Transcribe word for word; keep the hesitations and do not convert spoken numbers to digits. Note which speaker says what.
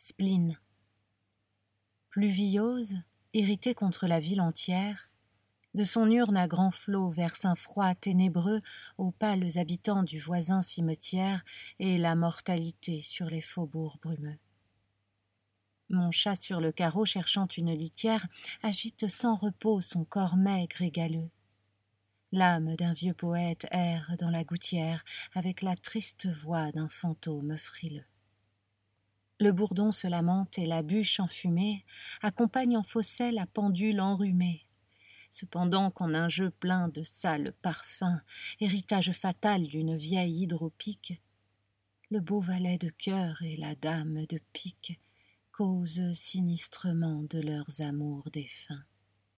Speaker 1: spleen. Pluviose, irritée contre la ville entière, de son urne à grands flots verse un froid ténébreux aux pâles habitants du voisin cimetière et la mortalité sur les faubourgs brumeux. Mon chat sur le carreau cherchant une litière agite sans repos son corps maigre et galeux. L'âme d'un vieux poète erre dans la gouttière avec la triste voix d'un fantôme frileux. Le bourdon se lamente et la bûche enfumée accompagne en fausset la pendule enrhumée. Cependant qu'en un jeu plein de sales parfums, héritage fatal d'une vieille hydropique, le beau valet de cœur et la dame de pique causent sinistrement de leurs amours défunts.